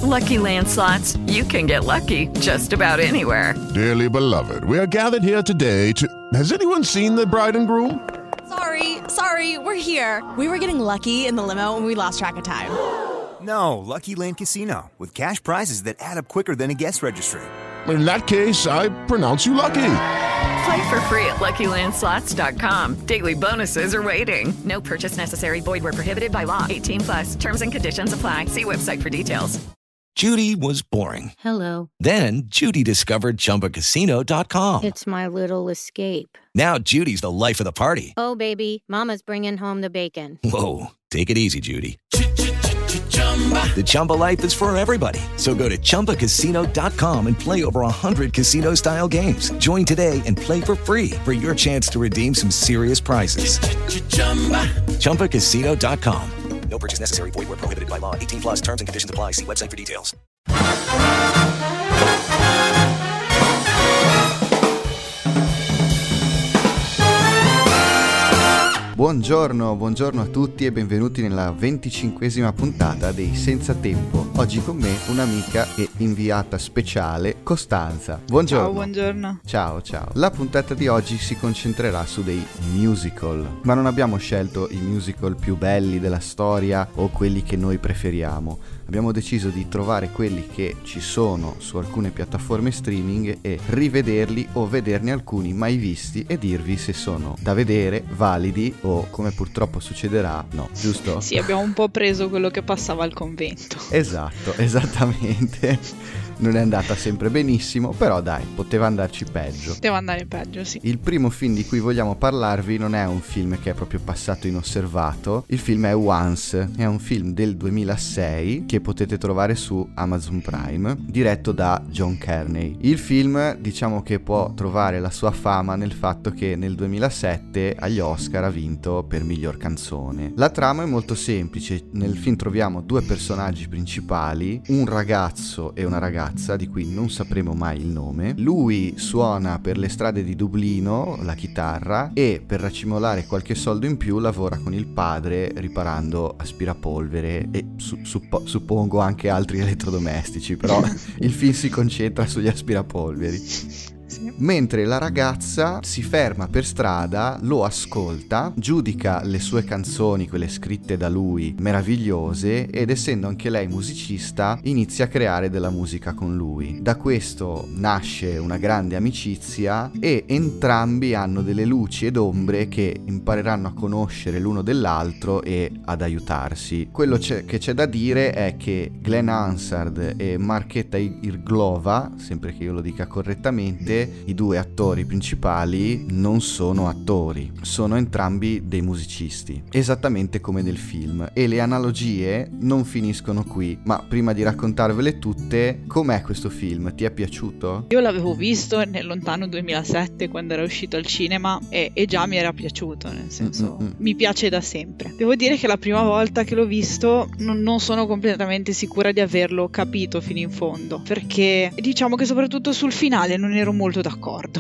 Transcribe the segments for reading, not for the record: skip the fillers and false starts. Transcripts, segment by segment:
Lucky Land Slots, you can get lucky just about anywhere. Dearly beloved, we are gathered here today to... Has anyone seen the bride and groom? Sorry, we're here. We were getting lucky in the limo and we lost track of time. No, Lucky Land Casino, with cash prizes that add up quicker than a guest registry. In that case, I pronounce you lucky. Play for free at LuckyLandSlots.com. Daily bonuses are waiting. No purchase necessary. Void where prohibited by law. 18+. Terms and conditions apply. See website for details. Judy was boring. Hello. Then Judy discovered ChumbaCasino.com. It's my little escape. Now Judy's the life of the party. Oh, baby, mama's bringing home the bacon. Whoa, take it easy, Judy. The Chumba life is for everybody. So go to ChumbaCasino.com and play over 100 casino-style games. Join today and play for free for your chance to redeem some serious prizes. ChumbaCasino.com. No purchase necessary. Void where prohibited by law. 18+. Terms and conditions apply. See website for details. Buongiorno a tutti e benvenuti nella 25esima puntata dei Senza Tempo. Oggi con me un'amica e inviata speciale, Costanza. Buongiorno. Ciao, buongiorno. Ciao. La puntata di oggi si concentrerà su dei musical, ma non abbiamo scelto i musical più belli della storia o quelli che noi preferiamo. Abbiamo deciso di trovare quelli che ci sono su alcune piattaforme streaming e rivederli o vederne alcuni mai visti e dirvi se sono da vedere, validi o, come purtroppo succederà, no, giusto? Sì, abbiamo un po' preso quello che passava al convento. Esatto, esattamente. Non è andata sempre benissimo, però dai, poteva andarci peggio. Poteva andare peggio, sì. Il primo film di cui vogliamo parlarvi non è un film che è proprio passato inosservato. Il film è Once, è un film del 2006 che potete trovare su Amazon Prime, diretto da John Carney. Il film, diciamo che può trovare la sua fama nel fatto che nel 2007 agli Oscar ha vinto per miglior canzone. La trama è molto semplice. Nel film troviamo due personaggi principali, un ragazzo e una ragazza di cui non sapremo mai il nome. Lui suona per le strade di Dublino la chitarra e per racimolare qualche soldo in più lavora con il padre riparando aspirapolvere e suppongo anche altri elettrodomestici, però il film si concentra sugli aspirapolveri. Mentre la ragazza si ferma per strada, lo ascolta, giudica le sue canzoni, quelle scritte da lui, meravigliose, ed essendo anche lei musicista inizia a creare della musica con lui. Da questo nasce una grande amicizia e entrambi hanno delle luci ed ombre che impareranno a conoscere l'uno dell'altro e ad aiutarsi. Quello che c'è da dire è che Glenn Hansard e Markéta Irglova, sempre che io lo dica correttamente, i due attori principali non sono attori, sono entrambi dei musicisti, esattamente come nel film, e le analogie non finiscono qui. Ma prima di raccontarvele tutte, com'è questo film? Ti è piaciuto? Io l'avevo visto nel lontano 2007 quando era uscito al cinema e già mi era piaciuto, nel senso mi piace da sempre. Devo dire che la prima volta che l'ho visto non sono completamente sicura di averlo capito fino in fondo, perché diciamo che soprattutto sul finale non ero molto d'accordo.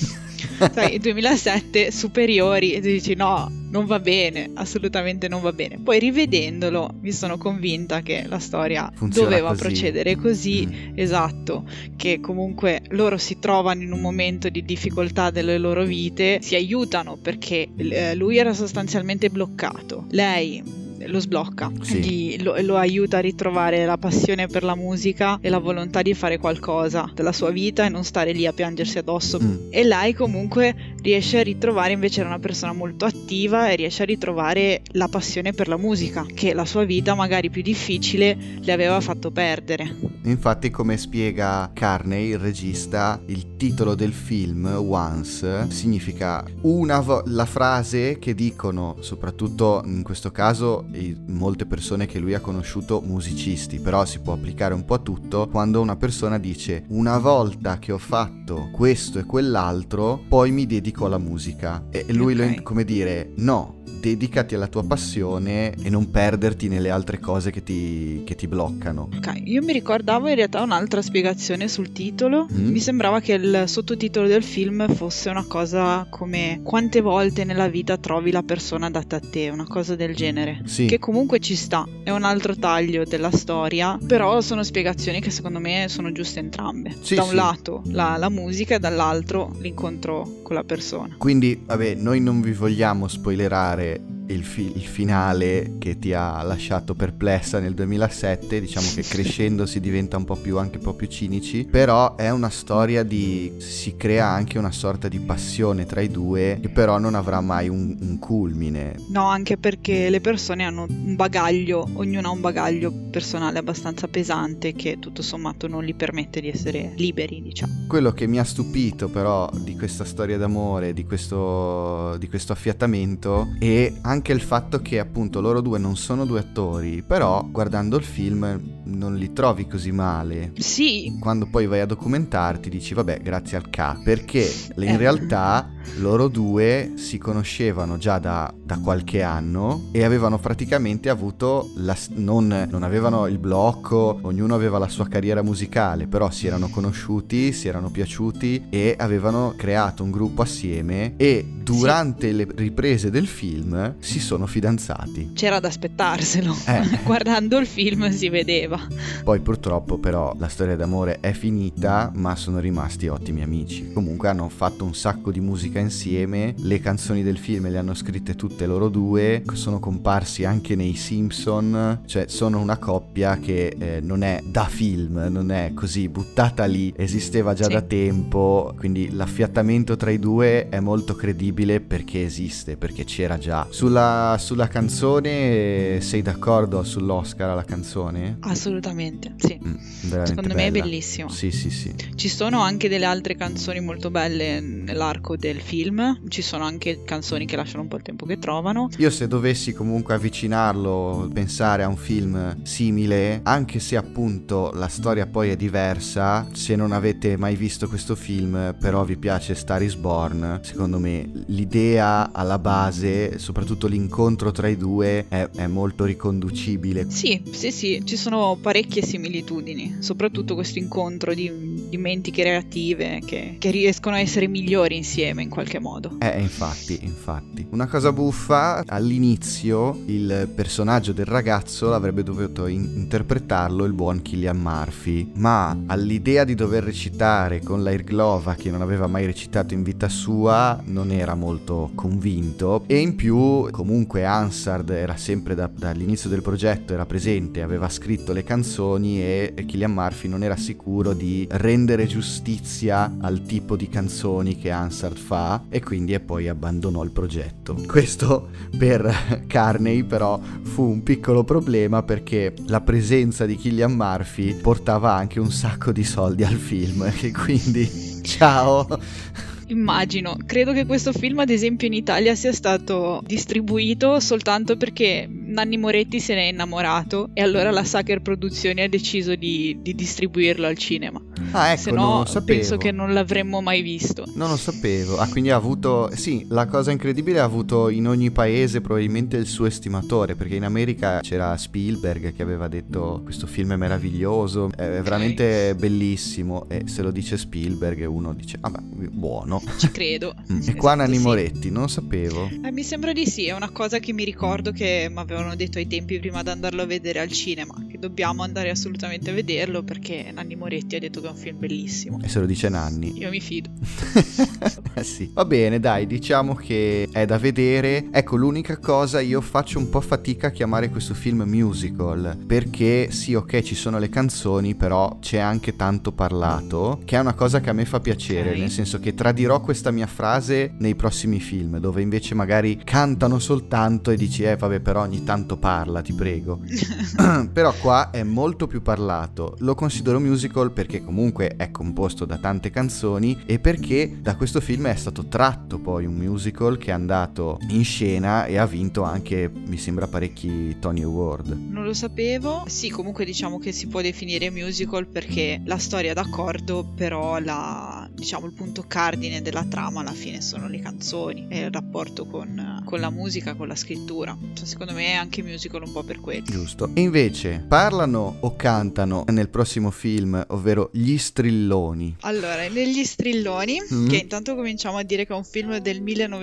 Sai, 2007 superiori e tu dici no, non va bene, assolutamente non va bene. Poi rivedendolo mi sono convinta che la storia doveva procedere così. Esatto, che comunque loro si trovano in un momento di difficoltà delle loro vite, si aiutano perché lui era sostanzialmente bloccato, lei lo sblocca, sì. lo aiuta a ritrovare la passione per la musica e la volontà di fare qualcosa della sua vita e non stare lì a piangersi addosso. E lei comunque riesce a ritrovare, invece era una persona molto attiva, e riesce a ritrovare la passione per la musica che la sua vita magari più difficile le aveva fatto perdere. Infatti, come spiega Carney, il regista, il titolo del film Once significa la frase che dicono, soprattutto in questo caso molte persone che lui ha conosciuto musicisti, però si può applicare un po' a tutto, quando una persona dice una volta che ho fatto questo e quell'altro poi mi dedico alla musica, e lui come dire no, dedicati alla tua passione e non perderti nelle altre cose che ti bloccano. Ok, io mi ricordavo in realtà un'altra spiegazione sul titolo. Mi sembrava che il sottotitolo del film fosse una cosa come quante volte nella vita trovi la persona adatta a te, una cosa del genere. Sì. che comunque ci sta, è un altro taglio della storia, però sono spiegazioni che secondo me sono giuste entrambe. Sì, da un sì. lato la musica e dall'altro l'incontro con la persona. Quindi, vabbè, noi non vi vogliamo spoilerare il finale che ti ha lasciato perplessa nel 2007, diciamo che crescendo si diventa anche un po' più cinici, però è una storia si crea anche una sorta di passione tra i due che però non avrà mai un culmine. No, anche perché le persone hanno un bagaglio, ognuna ha un bagaglio personale abbastanza pesante che tutto sommato non gli permette di essere liberi, diciamo. Quello che mi ha stupito però di questa storia d'amore, di questo affiatamento, è anche il fatto che appunto loro due non sono due attori, però guardando il film non li trovi così male. Sì. Quando poi vai a documentarti dici vabbè, grazie al perché in realtà loro due si conoscevano già da qualche anno e avevano praticamente avuto non avevano il blocco, ognuno aveva la sua carriera musicale, però si erano conosciuti, si erano piaciuti e avevano creato un gruppo assieme e durante le riprese del film si sono fidanzati. C'era da aspettarselo. Guardando il film si vedeva. Poi purtroppo però la storia d'amore è finita, ma sono rimasti ottimi amici. Comunque hanno fatto un sacco di musica insieme, le canzoni del film le hanno scritte tutte loro due, sono comparsi anche nei Simpson, cioè sono una coppia che non è da film, non è così buttata lì, esisteva già da tempo, quindi l'affiatamento tra i due è molto credibile perché esiste, perché c'era già. Sulla canzone sei d'accordo sull'Oscar alla canzone? Assolutamente, sì. Secondo me è bellissimo. Sì. Ci sono anche delle altre canzoni molto belle nell'arco del film, ci sono anche canzoni che lasciano un po' il tempo che trovano. Io se dovessi comunque avvicinarlo, pensare a un film simile, anche se appunto la storia poi è diversa, se non avete mai visto questo film però vi piace Star is Born, secondo me l'idea alla base, soprattutto l'incontro tra i due è molto riconducibile. Sì, ci sono parecchie similitudini, soprattutto questo incontro di menti creative che riescono a essere migliori insieme in qualche modo. Infatti. Una cosa buffa, all'inizio il personaggio del ragazzo avrebbe dovuto interpretarlo il buon Cillian Murphy, ma all'idea di dover recitare con l'Airglova che non aveva mai recitato in vita sua non era molto convinto, e in più comunque Hansard era sempre dall'inizio del progetto, era presente, aveva scritto le canzoni e Cillian Murphy non era sicuro di rendere giustizia al tipo di canzoni che Hansard fa e quindi poi abbandonò il progetto. Questo per Carney però fu un piccolo problema perché la presenza di Cillian Murphy portava anche un sacco di soldi al film e quindi ciao. Immagino, credo che questo film ad esempio in Italia sia stato distribuito soltanto perché Nanni Moretti se ne è innamorato e allora la Sacher Produzioni ha deciso di distribuirlo al cinema. Ah, ecco, se no penso che non l'avremmo mai visto. Non lo sapevo. Ah, quindi ha avuto, sì, la cosa incredibile, ha avuto in ogni paese probabilmente il suo estimatore, perché in America c'era Spielberg che aveva detto questo film è meraviglioso, è veramente bellissimo, e se lo dice Spielberg uno dice ah beh, buono. Ci credo. E qua Nanni Moretti, non lo sapevo. Mi sembra di sì, è una cosa che mi ricordo che mi avevano detto ai tempi prima di andarlo a vedere al cinema, che dobbiamo andare assolutamente a vederlo perché Nanni Moretti ha detto che è un film bellissimo. E se lo dice Nanni. Io mi fido. Sì. Va bene, dai, diciamo che è da vedere. Ecco, l'unica cosa, io faccio un po' fatica a chiamare questo film musical, perché sì, ok, ci sono le canzoni, però c'è anche tanto parlato, che è una cosa che a me fa piacere, nel senso che tradirò questa mia frase nei prossimi film, dove invece magari cantano soltanto e dici vabbè, però ogni tanto parla, ti prego. Però qua è molto più parlato. Lo considero musical perché comunque è composto da tante canzoni e perché da questo film è stato tratto poi un musical che è andato in scena e ha vinto anche, mi sembra, parecchi Tony Award. Non lo sapevo. Sì, comunque diciamo che si può definire musical perché la storia d'accordo, però la diciamo il punto cardine della trama alla fine sono le canzoni e il rapporto con la musica, con la scrittura. Cioè, secondo me è anche musical un po' per quello. Giusto. E invece parlano o cantano nel prossimo film, ovvero Gli Strilloni? Allora, negli Strilloni, che intanto cominciamo a dire che è un film del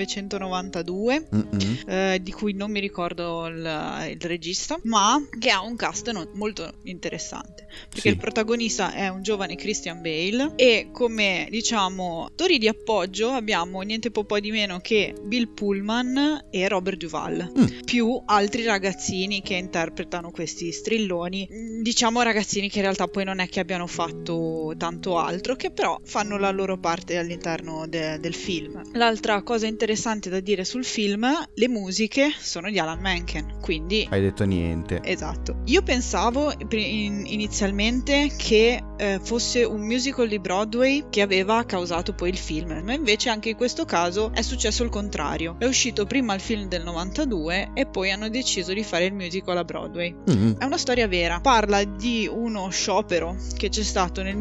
1992, di cui non mi ricordo il regista, ma che ha un cast molto interessante, perché il protagonista è un giovane Christian Bale e come diciamo attori di appoggio abbiamo niente po' di meno che Bill Pullman e Robert Duvall, più altri ragazzini che interpretano questi strilloni, diciamo ragazzini che in realtà poi non è che abbiano fatto tanto altro, che però fanno la loro parte all'interno del film. L'altra cosa interessante da dire sul film, le musiche sono di Alan Menken, quindi hai detto niente. Esatto. Io pensavo inizialmente che fosse un musical di Broadway che aveva causato poi il film, ma invece anche in questo caso è successo il contrario. È uscito prima il film del 92 e poi hanno deciso di fare il musical a Broadway. È una storia vera, parla di uno sciopero che c'è stato nel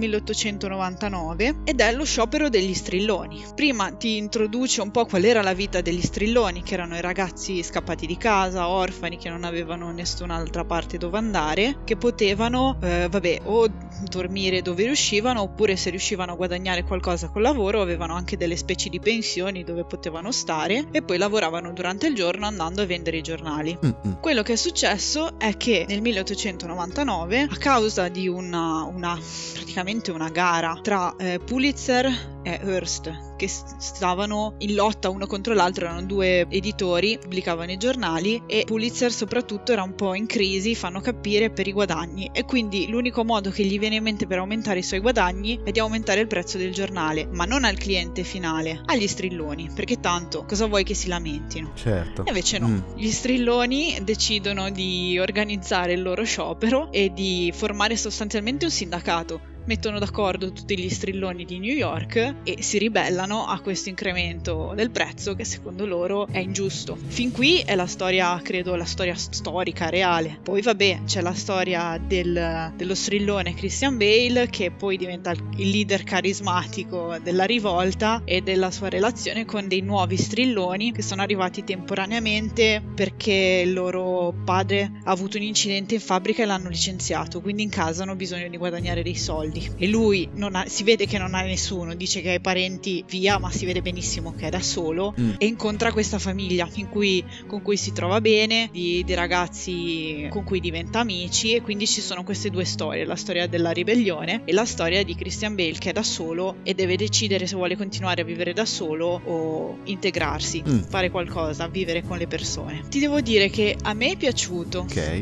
1899 ed è lo sciopero degli strilloni. Prima ti introduce un po' qual era la vita degli strilloni, che erano i ragazzi scappati di casa, orfani, che non avevano nessun'altra parte dove andare, che potevano o dormire dove riuscivano, oppure se riuscivano a guadagnare qualcosa col lavoro avevano anche delle specie di pensioni dove potevano stare e poi lavoravano durante il giorno andando a vendere i giornali. Quello che è successo è che nel 1899, a causa di praticamente una gara tra Pulitzer e Hearst, che stavano in lotta uno contro l'altro, erano due editori, pubblicavano i giornali e Pulitzer soprattutto era un po' in crisi, fanno capire, per i guadagni, e quindi l'unico modo che gli viene in mente per aumentare i suoi guadagni è di aumentare il prezzo del giornale, ma non al cliente finale, agli strilloni, perché tanto cosa vuoi che si lamentino? Certo. E invece no, gli strilloni decidono di organizzare il loro sciopero e di formare sostanzialmente un sindacato. Mettono d'accordo tutti gli strilloni di New York e si ribellano a questo incremento del prezzo che secondo loro è ingiusto. Fin qui è la storia, credo, la storia storica, reale. Poi vabbè, c'è la storia dello strillone Christian Bale, che poi diventa il leader carismatico della rivolta, e della sua relazione con dei nuovi strilloni che sono arrivati temporaneamente perché il loro padre ha avuto un incidente in fabbrica e l'hanno licenziato, quindi in casa hanno bisogno di guadagnare dei soldi. E lui si vede che non ha nessuno, dice che ha i parenti via, ma si vede benissimo che è da solo, e incontra questa famiglia con cui si trova bene, di ragazzi con cui diventa amici, e quindi ci sono queste due storie, la storia della ribellione e la storia di Christian Bale che è da solo e deve decidere se vuole continuare a vivere da solo o integrarsi, fare qualcosa, vivere con le persone. Ti devo dire che a me è piaciuto,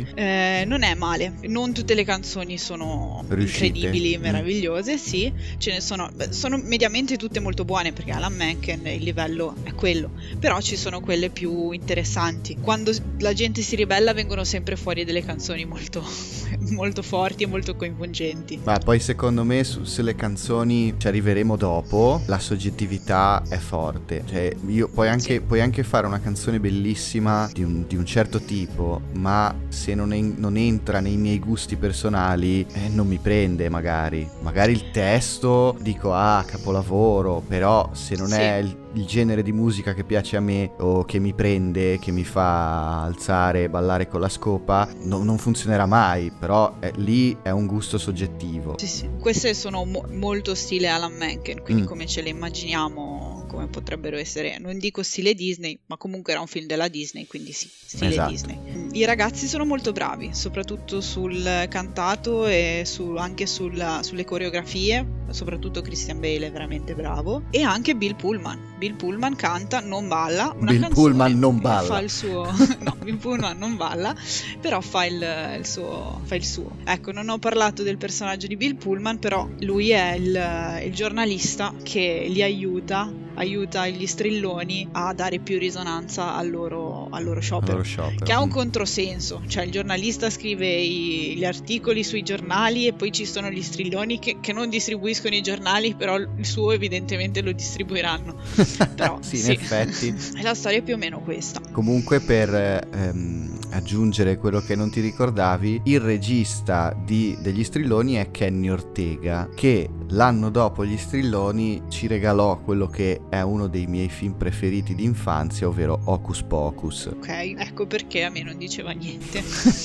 non è male, non tutte le canzoni sono incredibili, meravigliose, sì, ce ne sono mediamente tutte molto buone, perché Alan Menken il livello è quello, però ci sono quelle più interessanti. Quando la gente si ribella vengono sempre fuori delle canzoni molto molto forti e molto coinvolgenti. Ma poi secondo me sulle canzoni ci arriveremo dopo, la soggettività è forte, cioè puoi anche fare una canzone bellissima di un certo tipo, ma se non entra nei miei gusti personali non mi prende. Magari il testo dico capolavoro, però se non è il genere di musica che piace a me o che mi prende, che mi fa alzare e ballare con la scopa, non funzionerà mai. Però lì è un gusto soggettivo. Sì. Queste sono molto stile Alan Menken, quindi come ce le immaginiamo, come potrebbero essere, non dico stile Disney, ma comunque era un film della Disney, quindi sì, stile Disney. I ragazzi sono molto bravi, soprattutto sul cantato e anche sulle coreografie, soprattutto Christian Bale è veramente bravo, e anche Bill Pullman. Bill Pullman canta, non balla, Pullman non balla. Fa il suo no, Bill Pullman non balla, però fa il suo. Ecco, non ho parlato del personaggio di Bill Pullman, però lui è il giornalista che li aiuta gli strilloni a dare più risonanza al loro sciopero, che ha un controsenso, cioè il giornalista scrive gli articoli sui giornali e poi ci sono gli strilloni che non distribuiscono i giornali, però il suo evidentemente lo distribuiranno. Però sì, in effetti è la storia più o meno questa. Comunque, per aggiungere quello che non ti ricordavi, il regista degli strilloni è Kenny Ortega, che l'anno dopo Gli Strilloni ci regalò quello che è uno dei miei film preferiti di infanzia, ovvero Hocus Pocus. Ok, ecco perché a me non diceva niente.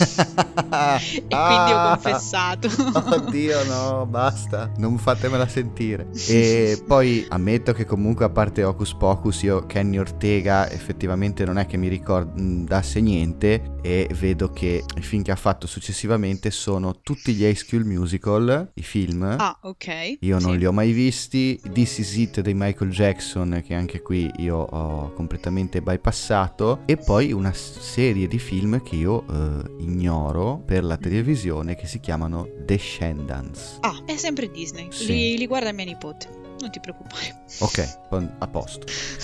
E quindi ho confessato. Oddio, no, basta, non fatemela sentire. E poi ammetto che comunque, a parte Hocus Pocus, io Kenny Ortega effettivamente non è che mi ricordasse niente, e vedo che i film che ha fatto successivamente sono tutti gli High School Musical, i film. Ah, ok. Io non li ho mai visti. This Is It dei Michael Jackson, che anche qui io ho completamente bypassato, e poi una serie di film che io ignoro per la televisione, che si chiamano Descendants. Ah, è sempre Disney. Sì. Li guarda mia nipote, non ti preoccupare. Ok, a posto.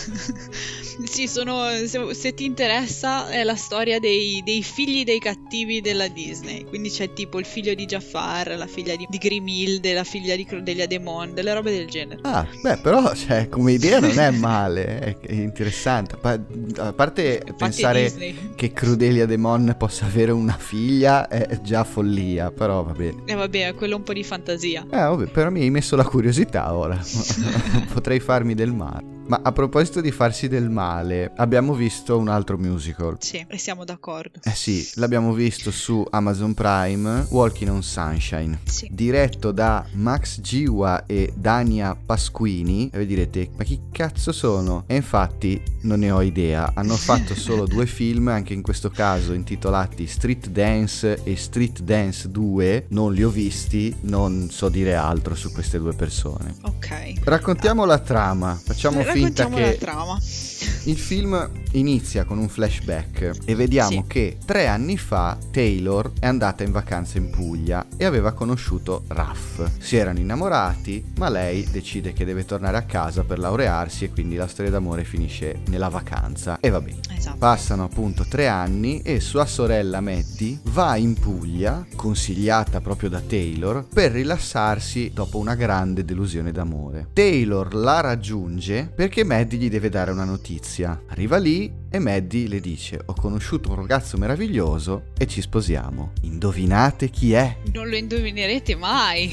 Sì, se ti interessa, è la storia dei figli dei cattivi della Disney. Quindi c'è tipo il figlio di Jafar, la figlia di Grimilde, la figlia di Crudelia Demon, delle robe del genere. Ah, beh, però cioè, come idea non è male, è interessante. A parte pensare che Crudelia Demon possa avere una figlia è già follia, però va bene. Vabbè, quello è un po' di fantasia. Vabbè, però mi hai messo la curiosità ora. Potrei farmi del male. Ma a proposito di farsi del male, abbiamo visto un altro musical. Sì, e siamo d'accordo. Sì, l'abbiamo visto su Amazon Prime, Walking on Sunshine. Sì. Diretto da Max Giwa e Dania Pasquini. E vi direte, ma chi cazzo sono? E infatti non ne ho idea. Hanno fatto solo 2 film, anche in questo caso intitolati Street Dance e Street Dance 2. Non li ho visti, non so dire altro su queste 2 persone. Ok. Raccontiamo la trama. Facciamo finta che la trama. Il film inizia con un flashback e vediamo che 3 anni fa Taylor è andata in vacanza in Puglia e aveva conosciuto Ruff. Si erano innamorati, ma lei decide che deve tornare a casa per laurearsi, e quindi la storia d'amore finisce nella vacanza. E va bene. Esatto. Passano appunto 3 anni e sua sorella Maddie va in Puglia, consigliata proprio da Taylor, per rilassarsi dopo una grande delusione d'amore. Taylor la raggiunge perché Maddie gli deve dare una notizia. Arriva lì e Maddie le dice: ho conosciuto un ragazzo meraviglioso e ci sposiamo. Indovinate chi è? Non lo indovinerete mai.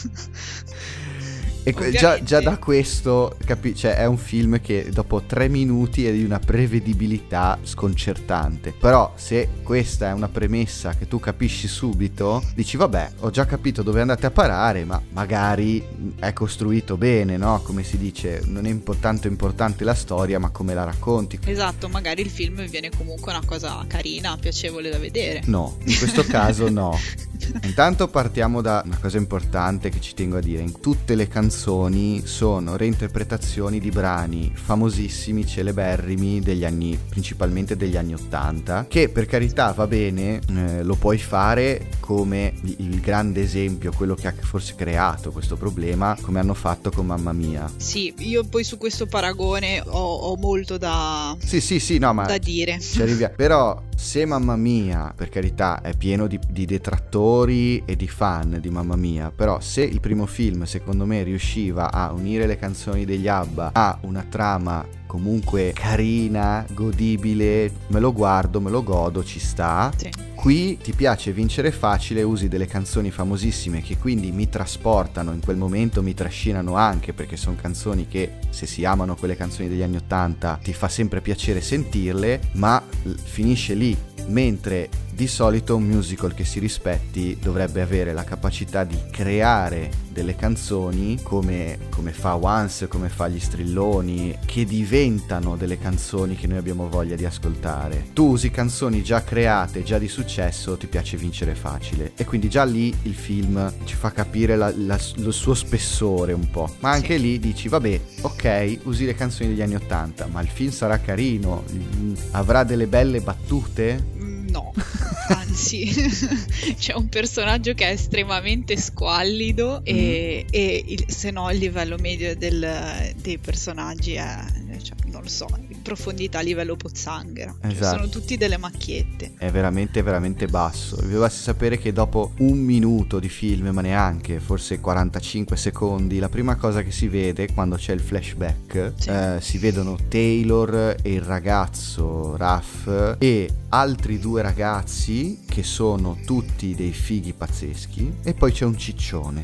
E già da questo cioè è un film che dopo 3 minuti è di una prevedibilità sconcertante. Però se questa è una premessa che tu capisci subito, dici vabbè, ho già capito dove andate a parare, ma magari è costruito bene, no? Come si dice, non è tanto importante la storia, ma come la racconti. Esatto, magari il film viene comunque una cosa carina, piacevole da vedere. No, in questo caso no. Intanto partiamo da una cosa importante che ci tengo a dire. In tutte le canzoni sono reinterpretazioni di brani famosissimi, celeberrimi degli anni, principalmente degli anni 80, che per carità va bene, lo puoi fare come il grande esempio, quello che ha forse creato questo problema, come hanno fatto con Mamma Mia. Sì, io poi su questo paragone ho molto da dire. Ci arriviamo. Però se Mamma Mia, per carità, è pieno di detrattori e di fan di Mamma Mia, però se il primo film secondo me riusciva a unire le canzoni degli ABBA a una trama comunque carina, godibile, me lo guardo, me lo godo, ci sta. Sì. Qui ti piace vincere facile, usi delle canzoni famosissime che quindi mi trasportano, in quel momento mi trascinano anche, perché sono canzoni che, se si amano quelle canzoni degli anni 80, ti fa sempre piacere sentirle, ma finisce lì. Mentre di solito un musical che si rispetti dovrebbe avere la capacità di creare delle canzoni come fa Once, come fa Gli Strilloni, che diventano delle canzoni che noi abbiamo voglia di ascoltare. Tu usi canzoni già create, già di successo, ti piace vincere facile, e quindi già lì il film ci fa capire lo suo spessore un po'. Ma anche lì dici vabbè, ok, usi le canzoni degli anni 80, ma il film sarà carino, avrà delle belle battute? No, anzi c'è un personaggio che è estremamente squallido e se no il livello medio dei personaggi è cioè, non lo so, in profondità a livello pozzanghera. Cioè, Esatto. sono tutti delle macchiette. È veramente veramente basso. Vi basti sapere che dopo 1 minuto di film, ma neanche, forse 45 secondi, la prima cosa che si vede quando c'è il flashback, Sì. si vedono Taylor e il ragazzo Raph e altri 2 ragazzi che sono tutti dei fighi pazzeschi, e poi c'è un ciccione.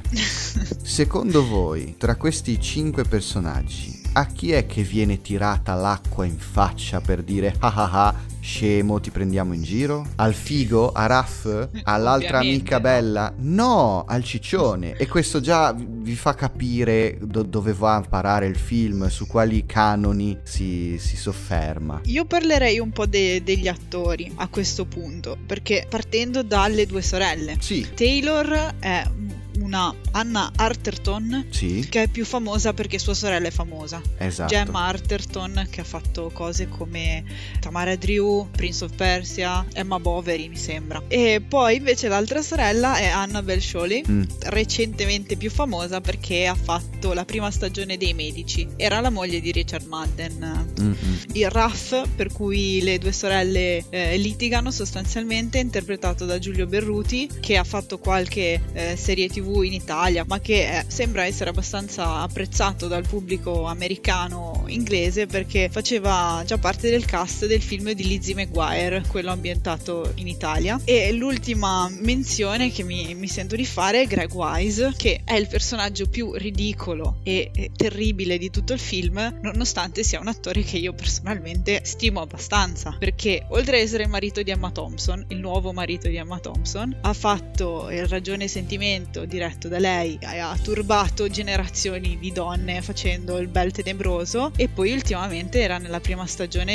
Secondo voi, tra questi 5 personaggi, a chi è che viene tirata l'acqua in faccia per dire ah ah ah, scemo, ti prendiamo in giro? Al figo? A Raph? All'altra Ovviamente amica no. bella? No, al ciccione. E questo già vi fa capire dove va a parare il film, su quali canoni si sofferma. Io parlerei un po' degli attori a questo punto, perché partendo dalle 2 sorelle, Sì, Taylor è una Anna Arterton, sì, che è più famosa perché sua sorella è famosa. esatto. Gemma Arterton, che ha fatto cose come Tamara Drew, Prince of Persia, Emma Bovary mi sembra. E poi invece l'altra sorella è Annabelle Shawley, recentemente più famosa perché ha fatto la prima stagione dei Medici, era la moglie di Richard Madden. Il Raph, per cui le 2 sorelle litigano, sostanzialmente è interpretato da Giulio Berruti, che ha fatto qualche serie TV in Italia, ma che sembra essere abbastanza apprezzato dal pubblico americano-inglese perché faceva già parte del cast del film di Lizzie McGuire, quello ambientato in Italia. E l'ultima menzione che mi sento di fare è Greg Wise, che è il personaggio più ridicolo e terribile di tutto il film, nonostante sia un attore che io personalmente stimo abbastanza, perché oltre ad essere il marito di Emma Thompson, il nuovo marito di Emma Thompson, ha fatto Il Ragione e Sentimento diretto da lei, ha turbato generazioni di donne facendo Il Bel Tenebroso, e poi ultimamente era nelle prime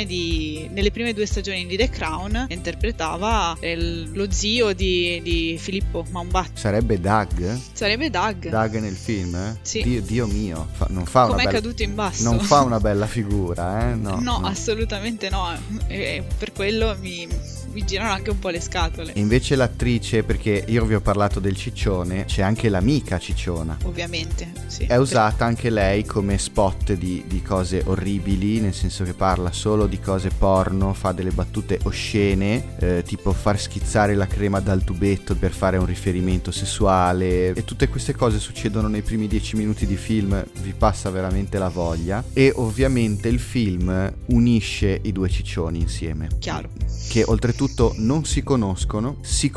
2 stagioni di The Crown, interpretava lo zio di Filippo Mountbatten. Sarebbe Doug? Sarebbe Doug. Doug nel film? Sì. Dio mio, non fa una Com'è bella... caduto in basso. Non fa una bella figura, eh? No. Assolutamente no. E per quello mi girano anche un po' le scatole. E invece l'attrice, perché io vi ho parlato del ciccione, c'è anche l'amica cicciona. Ovviamente, sì. È usata anche lei come spot di cose orribili, nel senso che parla solo di cose porno, fa delle battute oscene, tipo far schizzare la crema dal tubetto per fare un riferimento sessuale, e tutte queste cose succedono nei primi 10 minuti di film, vi passa veramente la voglia. E ovviamente il film unisce i 2 ciccioni insieme. Chiaro. Che oltretutto non si conoscono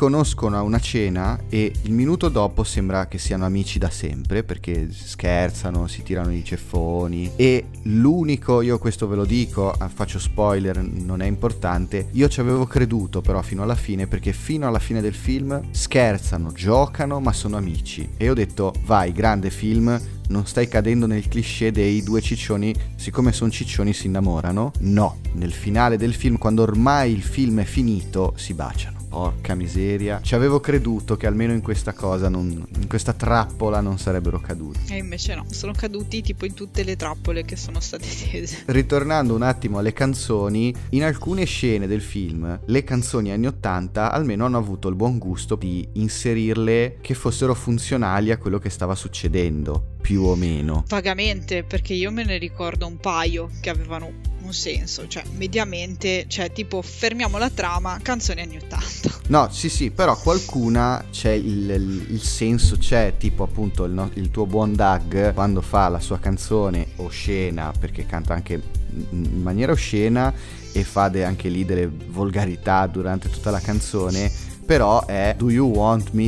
a una cena e il minuto dopo sembra che siano amici da sempre, perché scherzano, si tirano i ceffoni. E l'unico, io questo ve lo dico, faccio spoiler, non è importante, io ci avevo creduto però fino alla fine, perché fino alla fine del film scherzano, giocano, ma sono amici. E ho detto, vai, grande film, non stai cadendo nel cliché dei 2 ciccioni, siccome sono ciccioni si innamorano. No, nel finale del film, quando ormai il film è finito, si baciano. Porca miseria, ci avevo creduto che almeno in questa cosa, in questa trappola non sarebbero caduti. E invece no, sono caduti tipo in tutte le trappole che sono state tese. Ritornando un attimo alle canzoni, in alcune scene del film, le canzoni anni 80 almeno hanno avuto il buon gusto di inserirle che fossero funzionali a quello che stava succedendo, più o meno. Vagamente, perché io me ne ricordo un paio che avevano un senso, cioè mediamente, cioè tipo fermiamo la trama, canzoni anni 80. No, sì, però qualcuna c'è il senso, c'è, tipo appunto il tuo buon Doug quando fa la sua canzone oscena, perché canta anche in maniera oscena e fa anche lì delle volgarità durante tutta la canzone. Però è do you want me,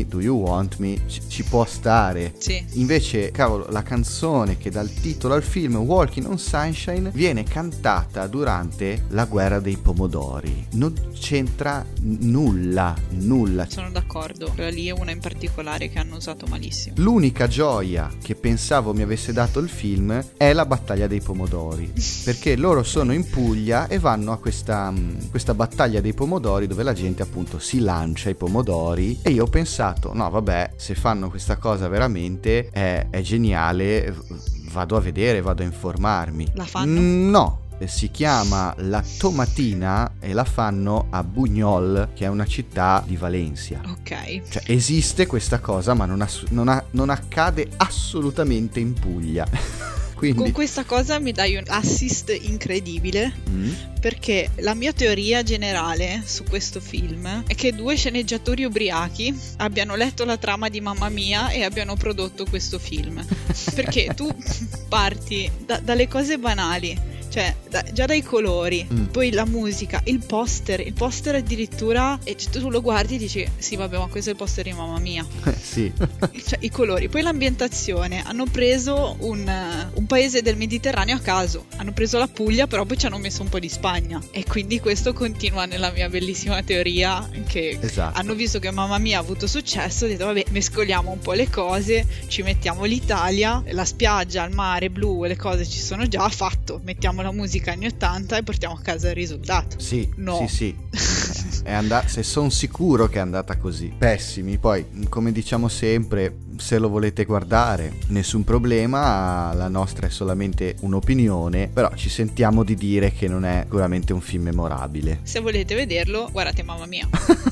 ci può stare. Sì. Invece, cavolo, la canzone che dà il titolo al film, Walking on Sunshine, viene cantata durante la guerra dei pomodori. Non c'entra nulla. Sono d'accordo, quella lì è una in particolare che hanno usato malissimo. L'unica gioia che pensavo mi avesse dato il film è la battaglia dei pomodori, perché loro sono in Puglia e vanno a questa battaglia dei pomodori dove la gente appunto si lancia i pomodori, e io ho pensato, no vabbè, se fanno questa cosa veramente è geniale, vado a vedere, vado a informarmi. La fanno? No, si chiama La Tomatina e la fanno a Buñol, che è una città di Valencia. Ok. Cioè esiste questa cosa, ma non accade assolutamente in Puglia. Quindi... Con questa cosa mi dai un assist incredibile, perché la mia teoria generale su questo film è che 2 sceneggiatori ubriachi abbiano letto la trama di Mamma Mia e abbiano prodotto questo film. Perché tu parti dalle cose banali, cioè già dai colori, poi la musica, il poster addirittura, e tu lo guardi e dici sì vabbè, ma questo è il poster di Mamma Mia. Sì. Cioè, i colori, poi l'ambientazione, hanno preso un paese del Mediterraneo a caso, hanno preso la Puglia, però poi ci hanno messo un po' di Spagna, e quindi questo continua nella mia bellissima teoria che esatto. Hanno visto che Mamma Mia ha avuto successo, hanno detto vabbè, mescoliamo un po' le cose, ci mettiamo l'Italia, la spiaggia, il mare blu, le cose ci sono già, fatto, mettiamo la musica anni 80 e portiamo a casa il risultato. Sì, no. Sì. Se sono sicuro che è andata così. Pessimi. Poi, come diciamo sempre, se lo volete guardare, nessun problema, la nostra è solamente un'opinione, però ci sentiamo di dire che non è sicuramente un film memorabile. Se volete vederlo, guardate Mamma Mia.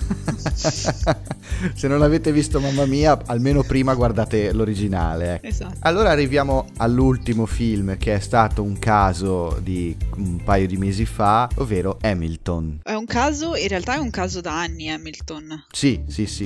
Se non avete visto Mamma Mia, almeno prima guardate l'originale. Esatto. Allora arriviamo all'ultimo film, che è stato un caso di un paio di mesi fa, ovvero Hamilton. È un caso, in realtà è un caso da anni, Hamilton. Sì.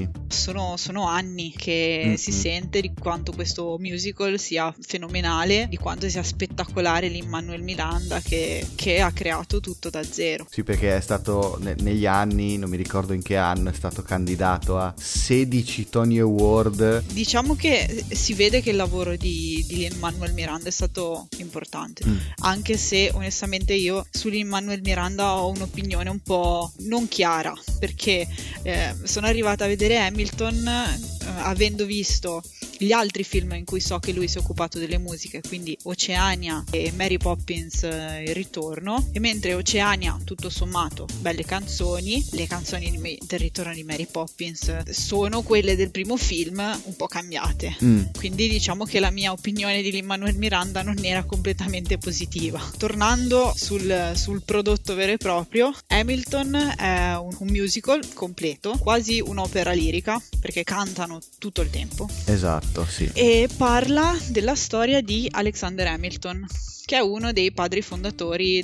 Sono anni che si sente di quanto questo musical sia fenomenale, di quanto sia spettacolare Lin-Manuel Miranda che ha creato tutto da zero. Sì, perché è stato negli anni, non mi ricordo in che anno, è stato candidato a 16 Tony Award. Diciamo che si vede che il lavoro di Lin-Manuel Miranda è stato importante, anche se onestamente io su Lin-Manuel Miranda ho un'opinione un po' non chiara, perché sono arrivata a vedere Hamilton avendo visto gli altri film in cui so che lui si è occupato delle musiche, quindi Oceania e Mary Poppins Il ritorno, e mentre Oceania tutto sommato belle canzoni, le canzoni del ritorno di Mary Poppins sono quelle del primo film un po' cambiate, quindi diciamo che la mia opinione di Lin-Manuel Miranda non era completamente positiva. Tornando sul prodotto vero e proprio, Hamilton è un musical completo, quasi un'opera lirica, perché cantano tutto il tempo. Esatto, sì. E parla della storia di Alexander Hamilton, che è uno dei padri fondatori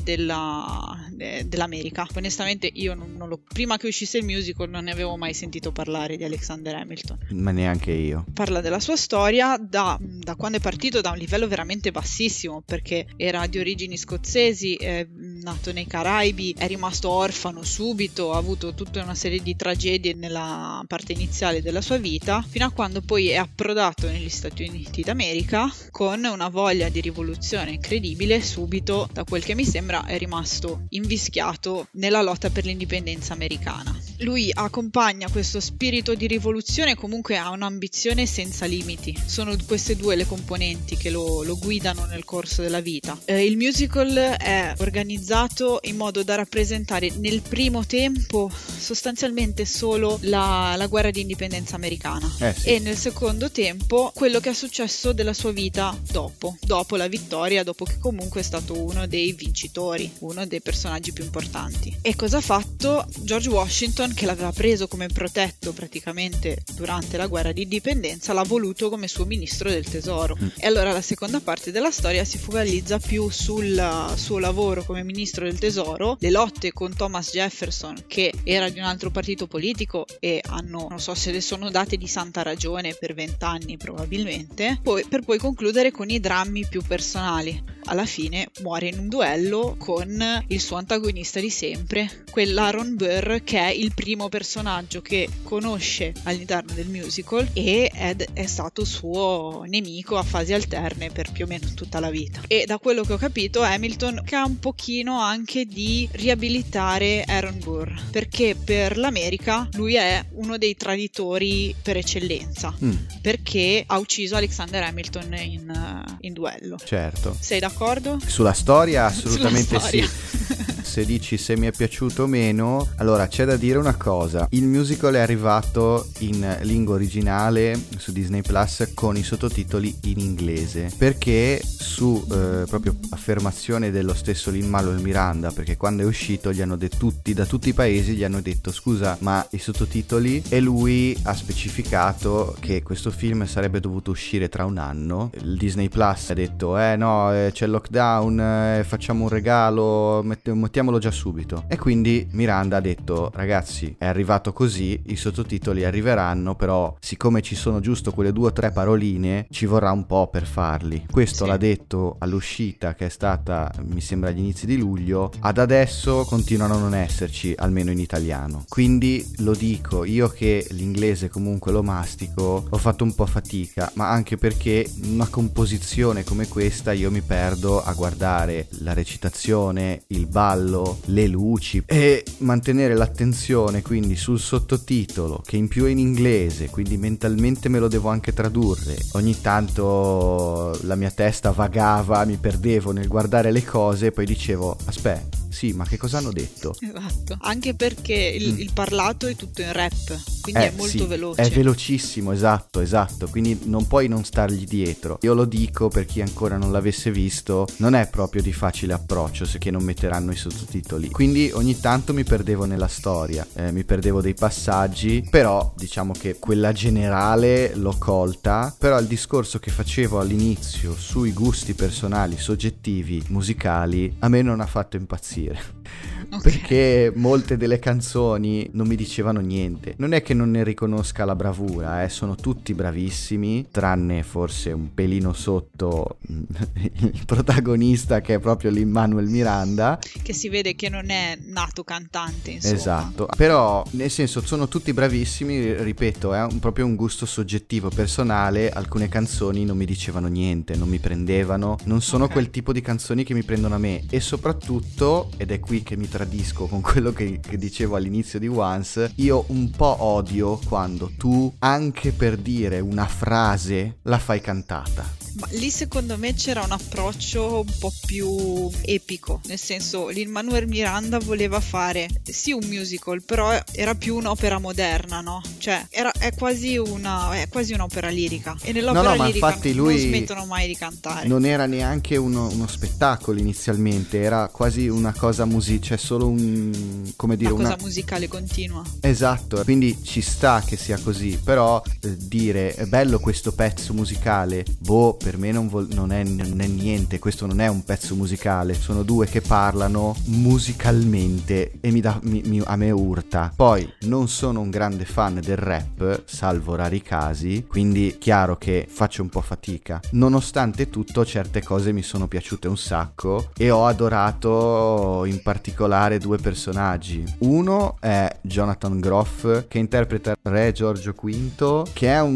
dell'America. Onestamente io prima che uscisse il musical non ne avevo mai sentito parlare di Alexander Hamilton. Ma neanche io. Parla della sua storia da quando è partito da un livello veramente bassissimo, perché era di origini scozzesi, è nato nei Caraibi, è rimasto orfano subito, ha avuto tutta una serie di tragedie nella parte iniziale della sua vita, fino a quando poi è approdato negli Stati Uniti d'America con una voglia di rivoluzione incredibile. Subito, da quel che mi sembra, è rimasto invischiato nella lotta per l'indipendenza americana. Lui accompagna questo spirito di rivoluzione, comunque ha un'ambizione senza limiti. Sono queste due le componenti che lo guidano nel corso della vita. Il musical è organizzato in modo da rappresentare nel primo tempo sostanzialmente solo la guerra di indipendenza americana, sì. E nel secondo tempo quello che è successo della sua vita dopo la vittoria, dopo che comunque è stato uno dei vincitori, uno dei personaggi più importanti. E cosa ha fatto George Washington, che l'aveva preso come protetto praticamente durante la guerra di indipendenza, l'ha voluto come suo ministro del tesoro. E allora la seconda parte della storia si focalizza più sul suo lavoro come ministro del tesoro, le lotte con Thomas Jefferson, che era di un altro partito politico, e non so se le sono date di santa ragione per 20 anni probabilmente, per poi concludere con i drammi più personali. Alla fine muore in un duello con il suo antagonista di sempre, quell'Aaron Burr, che è il primo personaggio che conosce all'interno del musical e è stato suo nemico a fasi alterne per più o meno tutta la vita. E da quello che ho capito, Hamilton ha un pochino anche di riabilitare Aaron Burr, perché per l'America lui è uno dei traditori per eccellenza, perché ha ucciso Alexander Hamilton in duello. Certo. Sei d'accordo? Sulla storia assolutamente Sulla storia. sì. se dici se mi è piaciuto o meno, allora c'è da dire una cosa: il musical è arrivato in lingua originale su Disney Plus con i sottotitoli in inglese, perché su proprio affermazione dello stesso Lin-Manuel Miranda, perché quando è uscito gli hanno detto da tutti i paesi gli hanno detto scusa ma i sottotitoli, e lui ha specificato che questo film sarebbe dovuto uscire tra un anno. Il Disney Plus ha detto no, c'è il lockdown, facciamo un regalo, mettiamolo già subito, e quindi Miranda ha detto ragazzi è arrivato così, i sottotitoli arriveranno, però siccome ci sono giusto quelle 2 o 3 paroline ci vorrà un po' per farli. Questo l'ha detto all'uscita, che è stata mi sembra agli inizi di luglio, ad adesso continuano a non esserci, almeno in italiano. Quindi lo dico, io che l'inglese comunque lo mastico, ho fatto un po' fatica, ma anche perché in una composizione come questa io mi perdo a guardare la recitazione, il ballo, le luci, e mantenere l'attenzione quindi sul sottotitolo, che in più è in inglese, quindi mentalmente me lo devo anche tradurre. Ogni tanto la mia testa vagava, mi perdevo nel guardare le cose e poi dicevo aspetta, sì, ma che cosa hanno detto? Esatto, anche perché il parlato è tutto in rap, quindi è molto veloce. È velocissimo, esatto, quindi non puoi non stargli dietro. Io lo dico per chi ancora non l'avesse visto, non è proprio di facile approccio se che non metteranno i sottotitoli, quindi ogni tanto mi perdevo nella storia, mi perdevo dei passaggi, però diciamo che quella generale l'ho colta. Però il discorso che facevo all'inizio sui gusti personali, soggettivi, musicali, a me non ha fatto impazzire. Perché molte delle canzoni non mi dicevano niente. Non è che non ne riconosca la bravura, sono tutti bravissimi, tranne forse un pelino sotto il protagonista, che è proprio Lin-Manuel Miranda, che si vede che non è nato cantante, insomma. Esatto, però nel senso sono tutti bravissimi, ripeto, è proprio un gusto soggettivo, personale. Alcune canzoni non mi dicevano niente, non mi prendevano, non sono quel tipo di canzoni che mi prendono a me. E soprattutto, ed è qui che mi tradisco con quello che dicevo all'inizio di Once, io un po' odio quando tu, anche per dire una frase, la fai cantata. Ma lì secondo me c'era un approccio un po' più epico, nel senso Lin-Manuel Miranda voleva fare sì un musical, però era più un'opera moderna, no? Cioè è quasi un'opera lirica, e nell'opera lirica infatti lui non smettono mai di cantare. Non era neanche uno spettacolo inizialmente, era quasi una cosa cioè solo una cosa musicale continua. Esatto, quindi ci sta che sia così, però dire è bello questo pezzo musicale, per me non è niente, questo non è un pezzo musicale, sono 2 che parlano musicalmente e a me urta. Poi non sono un grande fan del rap, salvo rari casi, quindi chiaro che faccio un po' fatica. Nonostante tutto certe cose mi sono piaciute un sacco e ho adorato in particolare 2 personaggi. Uno è Jonathan Groff, che interpreta Re Giorgio V, che è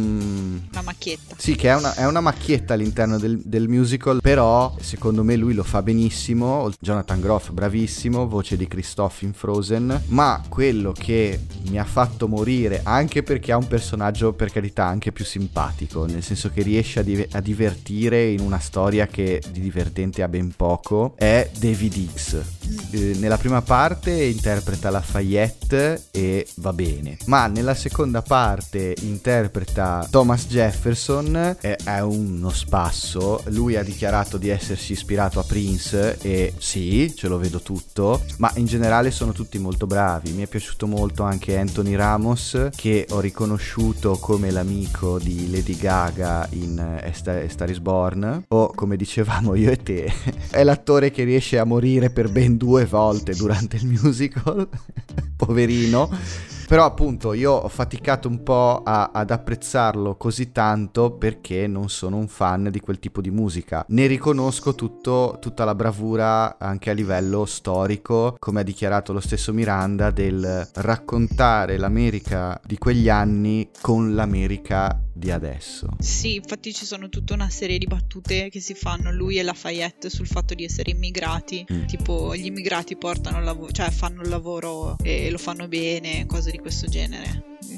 una macchietta. Sì, che è una macchietta all'interno del musical, però secondo me lui lo fa benissimo. Jonathan Groff bravissimo, voce di Kristoff in Frozen, ma quello che mi ha fatto morire, anche perché ha un personaggio per carità anche più simpatico, nel senso che riesce a divertire in una storia che di divertente ha ben poco, è David Hicks. Nella prima parte interpreta Lafayette e va bene, ma nella seconda parte interpreta Thomas Jefferson, è uno spasso. Lui ha dichiarato di essersi ispirato a Prince e sì, ce lo vedo tutto, ma in generale sono tutti molto bravi. Mi è piaciuto molto anche Anthony Ramos, che ho riconosciuto come l'amico di Lady Gaga in Star is Born, o come dicevamo io e te è l'attore che riesce a morire per ben 2 volte durante il musical poverino. Però appunto io ho faticato un po' ad apprezzarlo così tanto, perché non sono un fan di quel tipo di musica. Ne riconosco tutta la bravura anche a livello storico, come ha dichiarato lo stesso Miranda, del raccontare l'America di quegli anni con l'America di adesso. Sì, infatti ci sono tutta una serie di battute che si fanno lui e Lafayette sul fatto di essere immigrati, tipo gli immigrati portano il lavoro, cioè fanno il lavoro e lo fanno bene, cose di questo genere,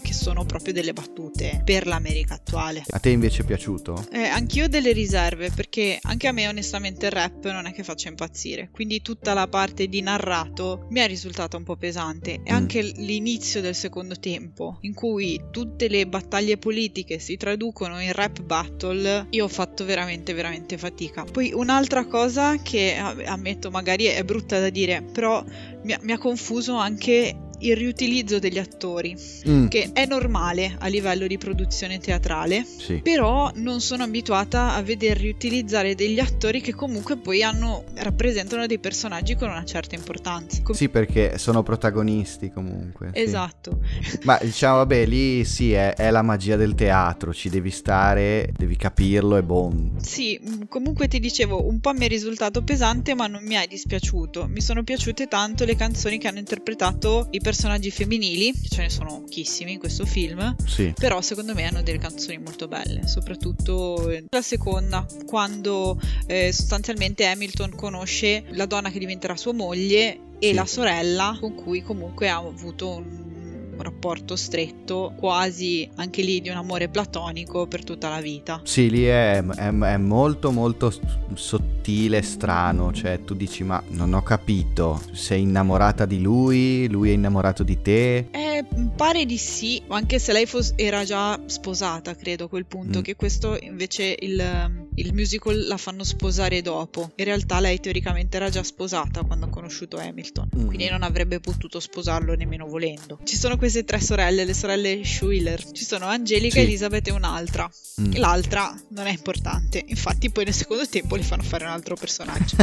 che sono proprio delle battute per l'America attuale. A te invece è piaciuto? Anch'io ho delle riserve, perché anche a me onestamente il rap non è che faccia impazzire, quindi tutta la parte di narrato mi è risultata un po' pesante, e anche l'inizio del secondo tempo in cui tutte le battaglie politiche si traducono in rap battle, io ho fatto veramente veramente fatica. Poi un'altra cosa che ammetto magari è brutta da dire, però mi ha confuso anche il riutilizzo degli attori, che è normale a livello di produzione teatrale, sì. Però non sono abituata a veder riutilizzare degli attori che comunque poi rappresentano dei personaggi con una certa importanza. Sì, perché sono protagonisti comunque. Esatto. Sì. Ma diciamo, vabbè, lì sì, è la magia del teatro, ci devi stare, devi capirlo e boom. Sì, comunque ti dicevo, un po' mi è risultato pesante, ma non mi è dispiaciuto. Mi sono piaciute tanto le canzoni che hanno interpretato i personaggi femminili, che ce ne sono pochissimi in questo film, sì. Però secondo me hanno delle canzoni molto belle, soprattutto la seconda, quando sostanzialmente Hamilton conosce la donna che diventerà sua moglie e sì. la sorella con cui comunque ha avuto un rapporto stretto, quasi anche lì di un amore platonico per tutta la vita. Sì, lì è molto molto sottile, strano, cioè tu dici ma non ho capito, sei innamorata di lui è innamorato di te? Pare di sì, anche se lei era già sposata, credo, a quel punto, che questo invece il musical la fanno sposare dopo. In realtà lei teoricamente era già sposata quando ha conosciuto Hamilton, quindi non avrebbe potuto sposarlo nemmeno volendo. Ci sono queste 3 sorelle, le sorelle Schuyler. Ci sono Angelica, sì. Elizabeth e un'altra. E l'altra non è importante, infatti poi nel secondo tempo le fanno fare un altro personaggio.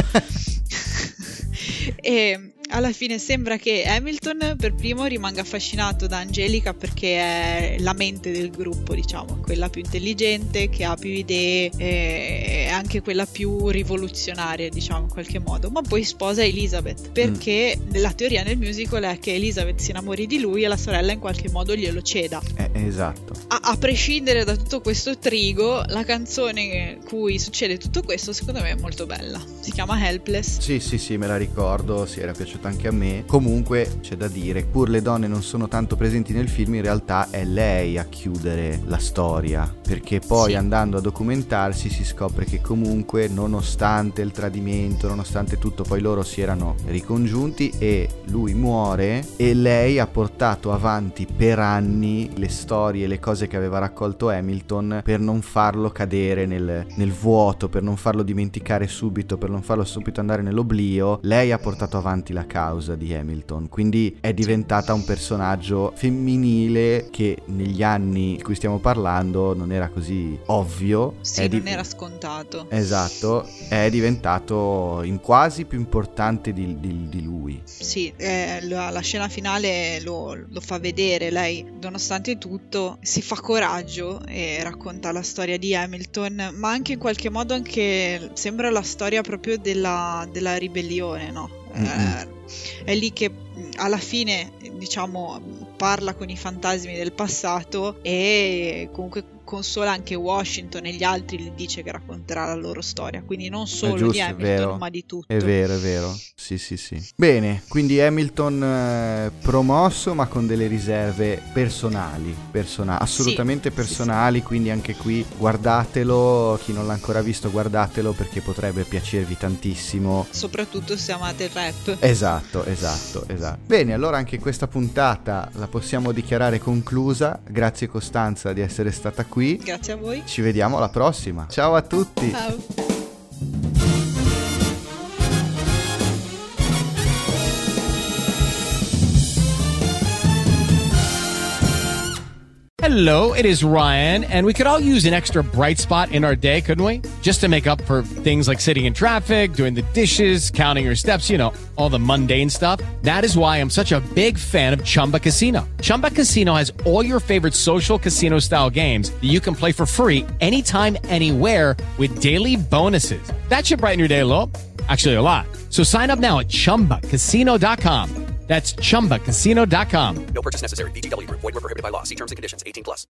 E alla fine sembra che Hamilton per primo rimanga affascinato da Angelica perché è la mente del gruppo, diciamo, quella più intelligente, che ha più idee, è anche quella più rivoluzionaria, diciamo, in qualche modo. Ma poi sposa Elizabeth perché la teoria nel musical è che Elizabeth si innamori di lui e la sorella in qualche modo glielo ceda. Esatto. A prescindere da tutto questo trigo, la canzone in cui succede tutto questo secondo me è molto bella, si chiama Helpless. Sì, me la ricordo, sì, era piaciuta anche a me. Comunque c'è da dire, pur le donne non sono tanto presenti nel film, in realtà è lei a chiudere la storia, perché poi sì. Andando a documentarsi si scopre che comunque nonostante il tradimento, nonostante tutto, poi loro si erano ricongiunti e lui muore e lei ha portato avanti per anni le storie, le cose che aveva raccolto Hamilton per non farlo cadere nel vuoto, per non farlo dimenticare subito, per non farlo subito andare nell'oblio. Lei ha portato avanti la causa di Hamilton, quindi è diventata un personaggio femminile che negli anni di cui stiamo parlando non era così ovvio. Sì, non era scontato. Esatto, è diventato quasi più importante di lui. Sì, la scena finale lo fa vedere, lei nonostante tutto si fa coraggio e racconta la storia di Hamilton, ma anche in qualche modo anche sembra la storia proprio della ribellione, no? È lì che alla fine, diciamo, parla con i fantasmi del passato e comunque consola anche Washington e gli altri, gli dice che racconterà la loro storia, quindi non solo di Hamilton ma di tutto. È vero, sì. Bene, quindi Hamilton promosso ma con delle riserve personali, assolutamente sì, personali, sì. Quindi anche qui guardatelo, chi non l'ha ancora visto guardatelo perché potrebbe piacervi tantissimo, soprattutto se amate il rap. Esatto. Bene, allora anche questa puntata la possiamo dichiarare conclusa. Grazie Costanza di essere stata qui. Grazie a voi. Ci vediamo alla prossima. Ciao a tutti. Ciao. Hello, it is Ryan, and we could all use an extra bright spot in our day, couldn't we? Just to make up for things like sitting in traffic, doing the dishes, counting your steps, you know, all the mundane stuff. That is why I'm such a big fan of Chumba Casino. Chumba Casino has all your favorite social casino-style games that you can play for free anytime, anywhere with daily bonuses. That should brighten your day a little. Actually, a lot. So sign up now at ChumbaCasino.com. That's ChumbaCasino.com. No purchase necessary. VGW Group. Void where prohibited by law. See terms and conditions. 18+.